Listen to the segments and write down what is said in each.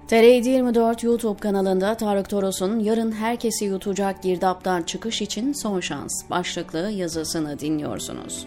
TR724 YouTube kanalında Tarık Toros'un "Yarın herkesi yutacak girdaptan çıkış için son şans" başlıklı yazısını dinliyorsunuz.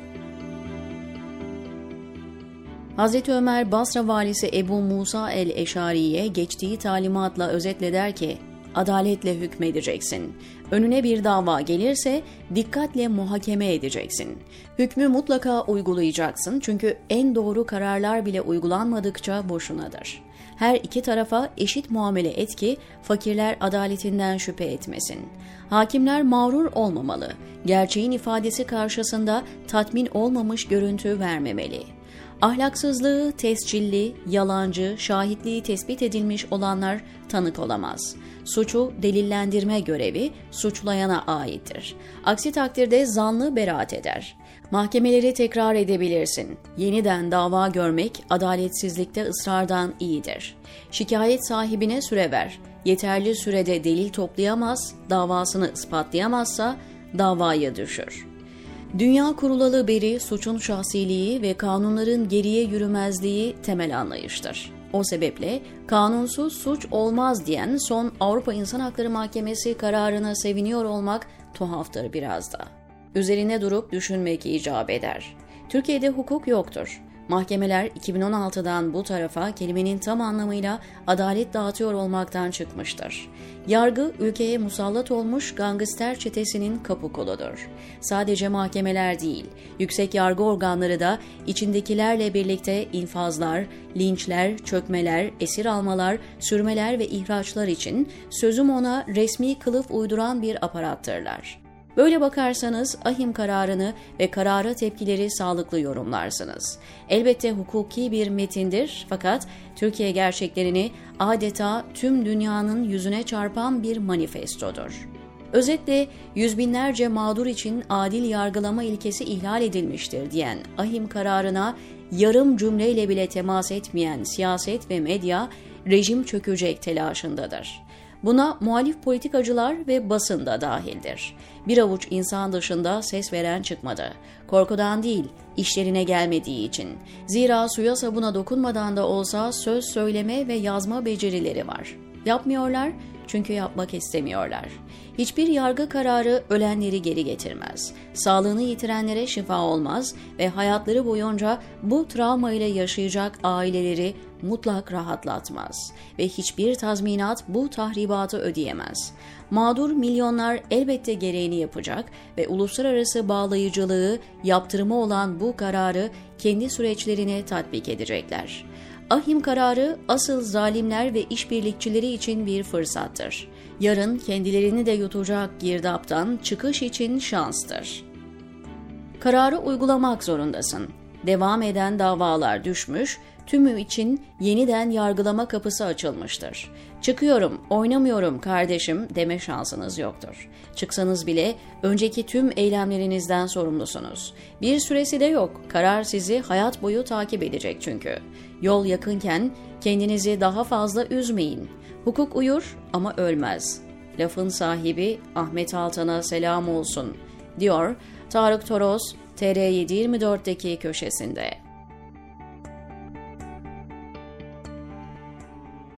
Hazreti Ömer, Basra valisi Ebu Musa el-Eşari'ye geçtiği talimatla özetle der ki, "Adaletle hükmedeceksin. Önüne bir dava gelirse dikkatle muhakeme edeceksin. Hükmü mutlaka uygulayacaksın çünkü en doğru kararlar bile uygulanmadıkça boşunadır. Her iki tarafa eşit muamele et ki fakirler adaletinden şüphe etmesin. Hakimler mağrur olmamalı. Gerçeğin ifadesi karşısında tatmin olmamış görüntü vermemeli. Ahlaksızlığı, tescilli, yalancı, şahitliği tespit edilmiş olanlar tanık olamaz. Suçu delillendirme görevi suçlayana aittir. Aksi takdirde zanlı beraat eder. Mahkemeleri tekrar edebilirsin. Yeniden dava görmek adaletsizlikte ısrardan iyidir. Şikayet sahibine süre ver. Yeterli sürede delil toplayamaz, davasını ispatlayamazsa davaya düşür. Dünya kurulalı beri suçun şahsiliği ve kanunların geriye yürümezliği temel anlayıştır. O sebeple kanunsuz suç olmaz diyen son Avrupa İnsan Hakları Mahkemesi kararına seviniyor olmak tuhaftır biraz da. Üzerine durup düşünmek icap eder. Türkiye'de hukuk yoktur. Mahkemeler 2016'dan bu tarafa kelimenin tam anlamıyla adalet dağıtıyor olmaktan çıkmıştır. Yargı ülkeye musallat olmuş gangster çetesinin kapı koludur. Sadece mahkemeler değil, yüksek yargı organları da içindekilerle birlikte infazlar, linçler, çökmeler, esir almalar, sürmeler ve ihraçlar için sözüm ona resmi kılıf uyduran bir aparattırlar. Böyle bakarsanız ahim kararını ve karara tepkileri sağlıklı yorumlarsınız. Elbette hukuki bir metindir fakat Türkiye gerçeklerini adeta tüm dünyanın yüzüne çarpan bir manifestodur. Özetle yüz binlerce mağdur için adil yargılama ilkesi ihlal edilmiştir diyen ahim kararına yarım cümleyle bile temas etmeyen siyaset ve medya rejim çökecek telaşındadır. Buna muhalif politikacılar ve basın da dahildir. Bir avuç insan dışında ses veren çıkmadı. Korkudan değil, işlerine gelmediği için. Zira suya sabuna dokunmadan da olsa söz söyleme ve yazma becerileri var. Yapmıyorlar çünkü yapmak istemiyorlar. Hiçbir yargı kararı ölenleri geri getirmez. Sağlığını yitirenlere şifa olmaz ve hayatları boyunca bu travmayla yaşayacak aileleri mutlak rahatlatmaz ve hiçbir tazminat bu tahribatı ödeyemez. Mağdur milyonlar elbette gereğini yapacak ve uluslararası bağlayıcılığı, yaptırımı olan bu kararı kendi süreçlerine tatbik edecekler. Ahim kararı asıl zalimler ve işbirlikçileri için bir fırsattır. Yarın kendilerini de yutacak girdaptan çıkış için şanstır. Kararı uygulamak zorundasın. Devam eden davalar düşmüş, tümü için yeniden yargılama kapısı açılmıştır. "Çıkıyorum, oynamıyorum kardeşim" deme şansınız yoktur. Çıksanız bile önceki tüm eylemlerinizden sorumlusunuz. Bir süresi de yok. Karar sizi hayat boyu takip edecek çünkü. Yol yakınken kendinizi daha fazla üzmeyin. Hukuk uyur ama ölmez. Lafın sahibi Ahmet Altan'a selam olsun, diyor Tarık Toros TR724'deki köşesinde.